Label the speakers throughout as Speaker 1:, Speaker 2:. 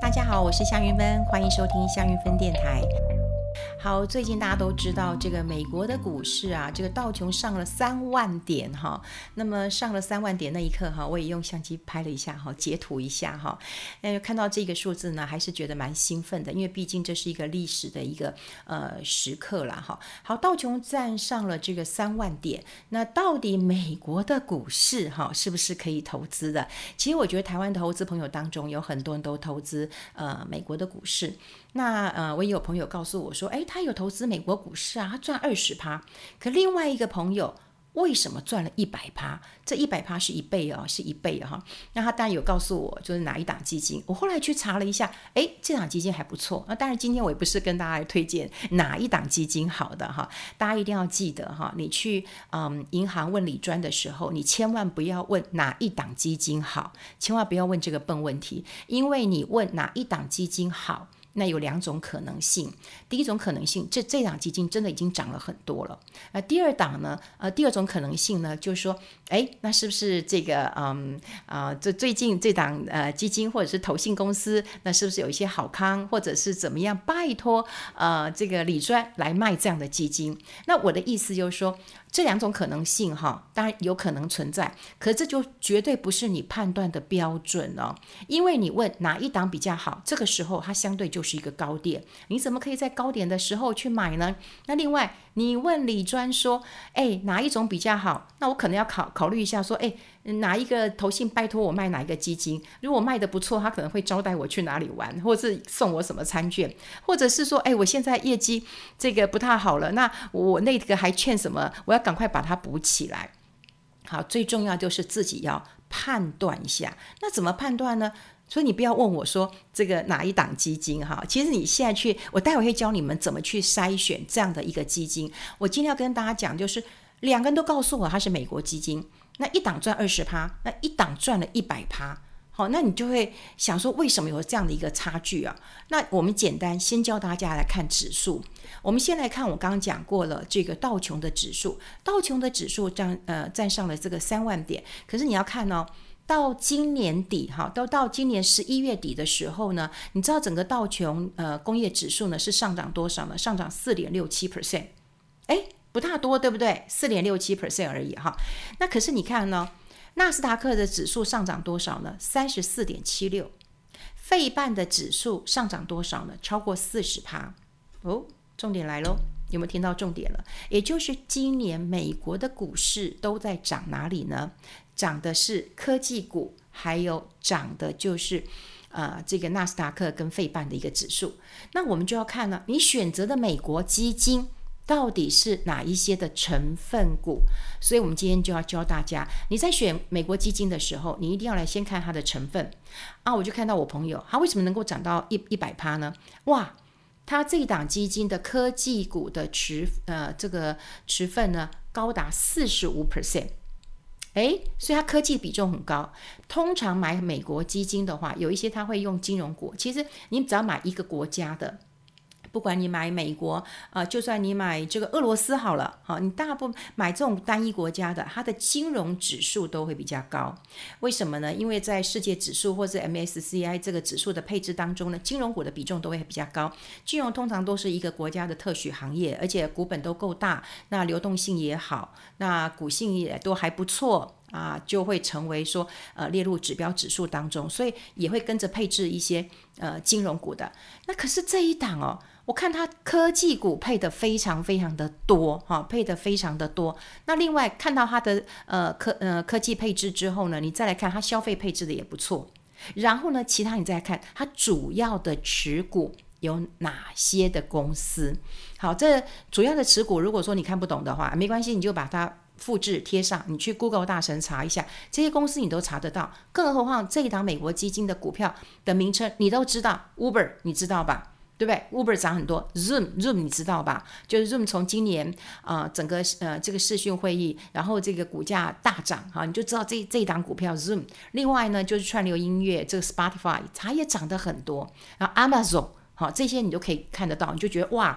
Speaker 1: 大家好，我是夏云芬，欢迎收听夏云芬电台。好，最近大家都知道这个美国的股市啊，这个道琼上了3万点哈。那么上了3万点那一刻哈，我也用相机拍了一下哈，截图一下哈。看到这个数字呢，还是觉得蛮兴奋的，因为毕竟这是一个历史的一个时刻啦哈。好，道琼站上了这个3万点，那到底美国的股市哈是不是可以投资的？其实我觉得台湾投资朋友当中有很多人都投资美国的股市。那我也有朋友告诉我说，他有投资美国股市啊，他赚20%。可另外一个朋友为什么赚了100%？这100%是1倍哦，是1倍哈。那他当然有告诉我，就是哪一档基金。我后来去查了一下，这档基金还不错。那当然，今天我也不是跟大家来推荐哪一档基金好的哈，大家一定要记得哈，你去银行问理专的时候，你千万不要问哪一档基金好，千万不要问这个笨问题，因为你问哪一档基金好。那有2种可能性，第一种可能性，这档基金真的已经涨了很多了。第二种可能性呢，就是说，那是不是这个这最近这档基金或者是投信公司，那是不是有一些好康，或者是怎么样，拜托这个理专来卖这样的基金？那我的意思就是说，这2种可能性哈，当然有可能存在，可这就绝对不是你判断的标准哦。因为你问哪一档比较好，这个时候它相对就是一个高点，你怎么可以在高点的时候去买呢？那另外你问理专说，哪一种比较好？那我可能要考虑一下说，哪一个投信拜托我卖哪一个基金？如果卖的不错，他可能会招待我去哪里玩，或者是送我什么餐券，或者是说，我现在业绩这个不太好了，那我那个还欠什么？我要赶快把它补起来。好，最重要就是自己要判断一下。那怎么判断呢？所以你不要问我说这个哪一档基金哈，其实你现在去，我待会会教你们怎么去筛选这样的一个基金。我今天要跟大家讲，就是2个人都告诉我它是美国基金，那一档赚20%，那一档赚了100%。好，那你就会想说，为什么有这样的一个差距啊？那我们简单先教大家来看指数。我们先来看我刚刚讲过了这个道琼的指数，道琼的指数站上了这个3万点，可是你要看哦。到今年底哈，到今年11月底的时候呢，你知道整个道琼工业指数呢是上涨多少呢？上涨 4.67%， 不大多，对不对？ 4.67% 而已哈。那可是你看呢，纳斯达克的指数上涨多少呢？ 34.76%， 费半的指数上涨多少呢？超过 40%。 重点来咯，有没有听到重点了？也就是今年美国的股市都在涨哪里呢？涨的是科技股，还有涨的就是这个纳斯达克跟费半的一个指数。那我们就要看呢，你选择的美国基金到底是哪一些的成分股？所以我们今天就要教大家，你在选美国基金的时候，你一定要来先看它的成分啊。我就看到我朋友，他为什么能够涨到100%呢？哇！它这一档基金的科技股的这个持份呢，高达 45%。所以它科技比重很高。通常买美国基金的话，有一些它会用金融股。其实你只要买一个国家的，不管你买美国就算你买这个俄罗斯好了，你大部分买这种单一国家的，它的金融指数都会比较高。为什么呢？因为在世界指数或者 MSCI 这个指数的配置当中呢，金融股的比重都会比较高。金融通常都是一个国家的特许行业，而且股本都够大，那流动性也好，那股性也都还不错就会成为说列入指标指数当中，所以也会跟着配置一些金融股的。那可是这一档我看它科技股配的非常非常的多配的非常的多。那另外看到它的科技配置之后呢，你再来看它消费配置的也不错。然后呢，其他你再来看它主要的持股有哪些的公司。好，这主要的持股如果说你看不懂的话，没关系，你就把它复制贴上，你去 Google 大神查一下，这些公司你都查得到。更何况这一档美国基金的股票的名称你都知道， Uber 你知道吧？对不对？ Uber 涨很多， Zoom 你知道吧？就是 Zoom 从今年整个这个视讯会议，然后这个股价大涨你就知道这一档股票 Zoom。 另外呢，就是串流音乐这个 Spotify 它也涨得很多，然后 Amazon 这些你都可以看得到，你就觉得哇，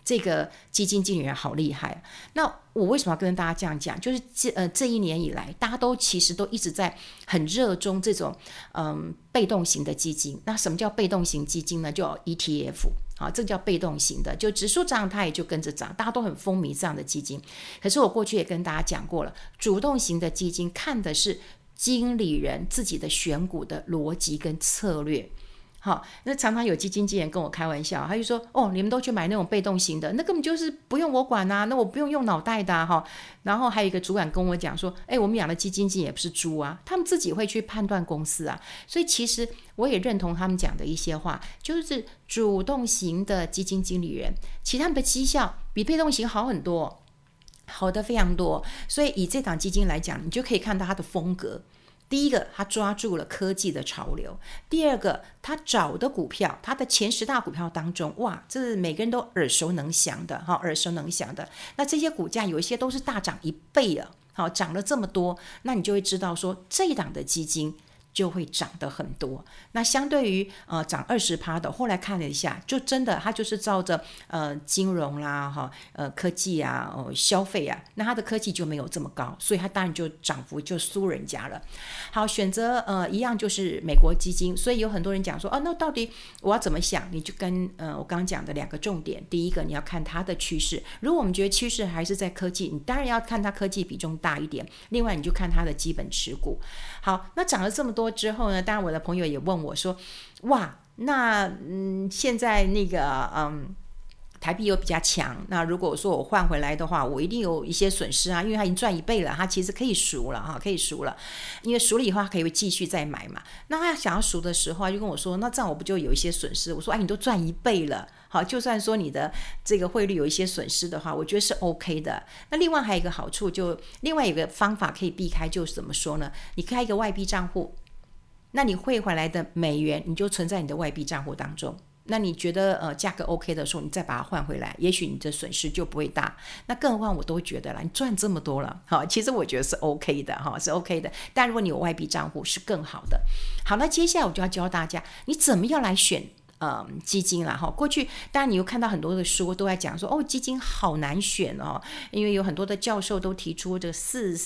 Speaker 1: 这个基金经理人好厉害。那我为什么要跟大家这样讲？就是这一年以来，大家其实都一直在很热衷这种被动型的基金。那什么叫被动型基金呢？就 ETF。好，这叫被动型的，就指数涨它也就跟着涨，大家都很风靡这样的基金。可是我过去也跟大家讲过了，主动型的基金看的是经理人自己的选股的逻辑跟策略。好，那常常有基金经理人跟我开玩笑，他就说你们都去买那种被动型的，那根本就是不用我管啊，那我不用脑袋的啊。然后还有一个主管跟我讲说，我们养的基金经理也不是猪啊，他们自己会去判断公司啊。所以其实我也认同他们讲的一些话，就是主动型的基金经理人，其实他们的绩效比被动型好很多，好的非常多。所以以这档基金来讲，你就可以看到它的风格。第一个，他抓住了科技的潮流；第二个，他找的股票，他的前10大股票当中，哇，这是每个人都耳熟能详的，耳熟能详的。那这些股价有一些都是大涨1倍了，好，涨了这么多，那你就会知道说这一档的基金就会涨得很多。那相对于涨20%的，后来看了一下，就真的它就是照着金融啦科技啊消费啊，那它的科技就没有这么高，所以它当然就涨幅就输人家了。好，选择一样就是美国基金，所以有很多人讲说那到底我要怎么想？你就跟我刚刚讲的2个重点，第一个你要看它的趋势，如果我们觉得趋势还是在科技，你当然要看它科技比重大一点，另外你就看它的基本持股。好，那涨了这么多之后呢，当然我的朋友也问我说，哇，那现在那个台币又比较强，那如果说我换回来的话，我一定有一些损失啊，因为它已经赚1倍了，它其实可以赎了可以赎了，因为赎了以后它可以继续再买嘛。那他想要赎的时候，就跟我说，那这样我不就有一些损失？我说，你都赚1倍了，好，就算说你的这个汇率有一些损失的话，我觉得是 OK 的。那另外还有一个好处，就另外有一个方法可以避开，就是怎么说呢？你开一个外币账户，那你汇回来的美元，你就存在你的外币账户当中。那你觉得价格 OK 的时候，你再把它换回来，也许你的损失就不会大。那更何况我都会觉得啦，你赚这么多了，其实我觉得是 OK 的是 OK 的。但如果你有外币账户是更好的。好，那接下来我就要教大家你怎么样来选基金啦过去当然你又看到很多的书都在讲说基金好难选因为有很多的教授都提出这个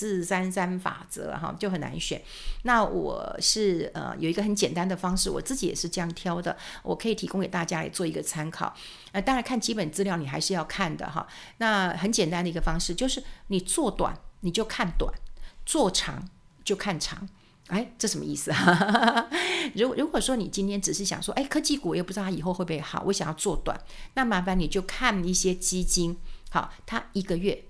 Speaker 1: 4433法则就很难选。那我是有一个很简单的方式，我自己也是这样挑的，我可以提供给大家来做一个参考。当然看基本资料你还是要看的那很简单的一个方式就是你做短你就看短，做长就看长。这什么意思如果说你今天只是想说科技股又不知道它以后会不会好，我想要做短，那麻烦你就看一些基金，好，它1个月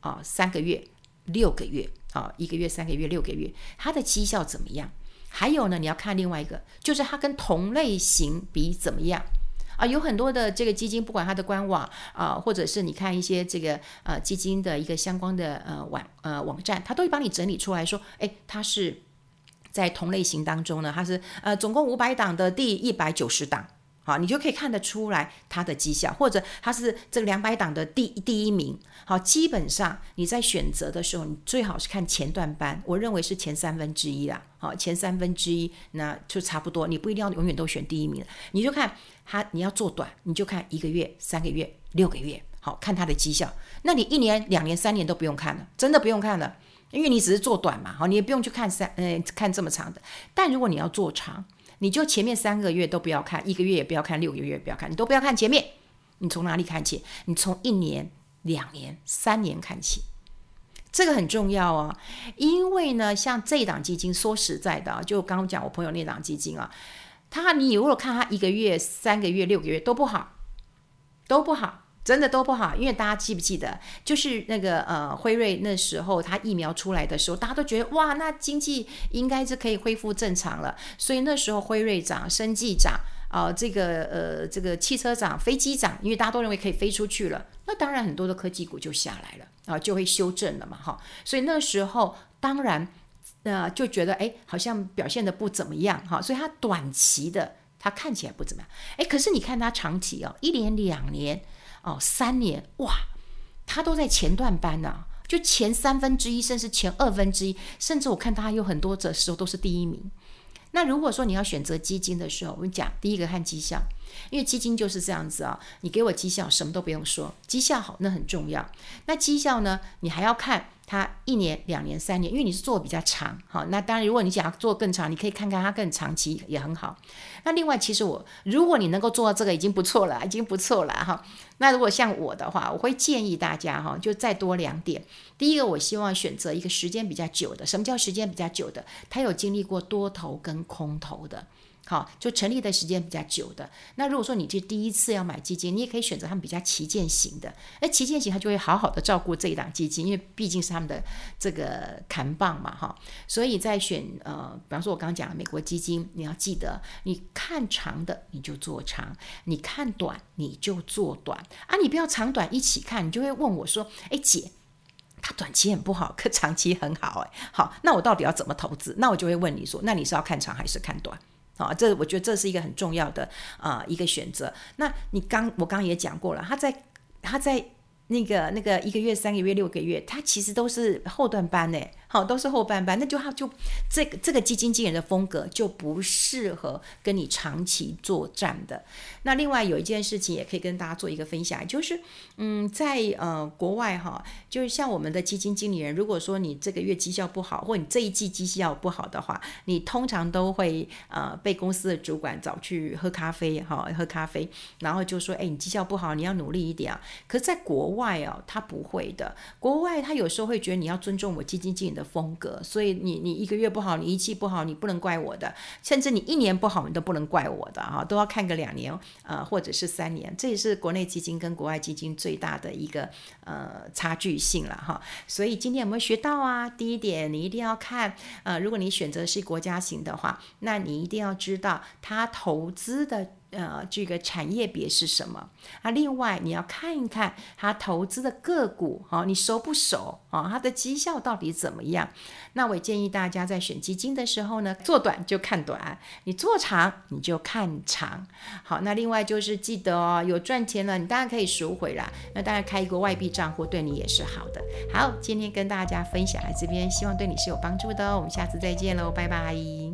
Speaker 1: 3个月6个月1个月3个月6个月它的绩效怎么样。还有呢，你要看另外一个，就是它跟同类型比怎么样有很多的这个基金，不管它的官网或者是你看一些这个基金的一个相关的网站，它都会帮你整理出来说它是在同类型当中呢，它是总共500档的第190档，好，你就可以看得出来它的绩效，或者它是这个200档的第一名。好，基本上你在选择的时候，你最好是看前段班，我认为是前1/3啦。好，前1/3那就差不多，你不一定要永远都选第一名，你就看它，你要做短，你就看1个月、3个月、6个月，好，看它的绩效。那你1年、2年、3年都不用看了，真的不用看了。因为你只是做短嘛，你也不用去看看这么长的。但如果你要做长，你就前面3个月都不要看，1个月也不要看，6个月也不要看，你都不要看前面。你从哪里看起？你从1年、2年、3年看起，这个很重要因为呢，像这一档基金，说实在的就刚刚讲我朋友那档基金你如果看它1个月、3个月、6个月都不好，真的都不好。因为大家记不记得，就是那个辉瑞那时候它疫苗出来的时候，大家都觉得哇，那经济应该是可以恢复正常了，所以那时候辉瑞涨，生技涨这个汽车涨，飞机涨，因为大家都认为可以飞出去了，那当然很多的科技股就下来了就会修正了嘛所以那时候当然就觉得好像表现的不怎么样所以它短期的它看起来不怎么样可是你看它长期1年、2年3年，哇，他都在前段班就前1/3，甚至前1/2，甚至我看他有很多的时候都是第一名。那如果说你要选择基金的时候，我们讲第一个看绩效， 因为基金就是这样子啊，你给我绩效什么都不用说，绩效好那很重要。那绩效呢，你还要看它1年、2年、3年，因为你是做比较长，好，那当然如果你想要做更长，你可以看看它更长期也很好。那另外，其实如果你能够做到这个已经不错了，已经不错了哈。那如果像我的话，我会建议大家哈，就再多2点。第一个，我希望选择一个时间比较久的。什么叫时间比较久的？它有经历过多头跟空头的。好，就成立的时间比较久的。那如果说你是第一次要买基金，你也可以选择他们比较旗舰型的。旗舰型它就会好好的照顾这一档基金，因为毕竟是他们的这个扛棒嘛，哈。所以在选比方说我刚刚讲的美国基金，你要记得，你看长的你就做长，你看短你就做短啊，你不要长短一起看，你就会问我说，姐。它短期很不好，可长期很好，好，那我到底要怎么投资？那我就会问你说，那你是要看长还是看短？好，我觉得这是一个很重要的一个选择。那我刚也讲过了，他在那个1个月、3个月、6个月，它其实都是后段班呢，好，都是后半班，那就这个基金经理人的风格就不适合跟你长期作战的。那另外有一件事情也可以跟大家做一个分享，就是在国外哈，就是像我们的基金经理人，如果说你这个月绩效不好，或你这一季绩效不好的话，你通常都会被公司的主管找去喝咖啡，然后就说你绩效不好，你要努力一点啊。可是在国外他不会的，国外他有时候会觉得你要尊重我基金经理的风格，所以你1个月不好，你1季不好，你不能怪我的，甚至你1年不好，你都不能怪我的都要看个2年或者是3年，这也是国内基金跟国外基金最大的一个差距性了哈。所以今天有没有学到啊？第一点，你一定要看如果你选择是国家型的话，那你一定要知道它投资的这个产业别是什么另外你要看一看它投资的个股你熟不熟它的绩效到底怎么样。那我也建议大家在选基金的时候呢，做短就看短，你做长你就看长。好，那另外就是记得有赚钱了，你当然可以赎回啦，那当然开一个外币账户对你也是好的。好，今天跟大家分享在这边，希望对你是有帮助的我们下次再见喽，拜拜。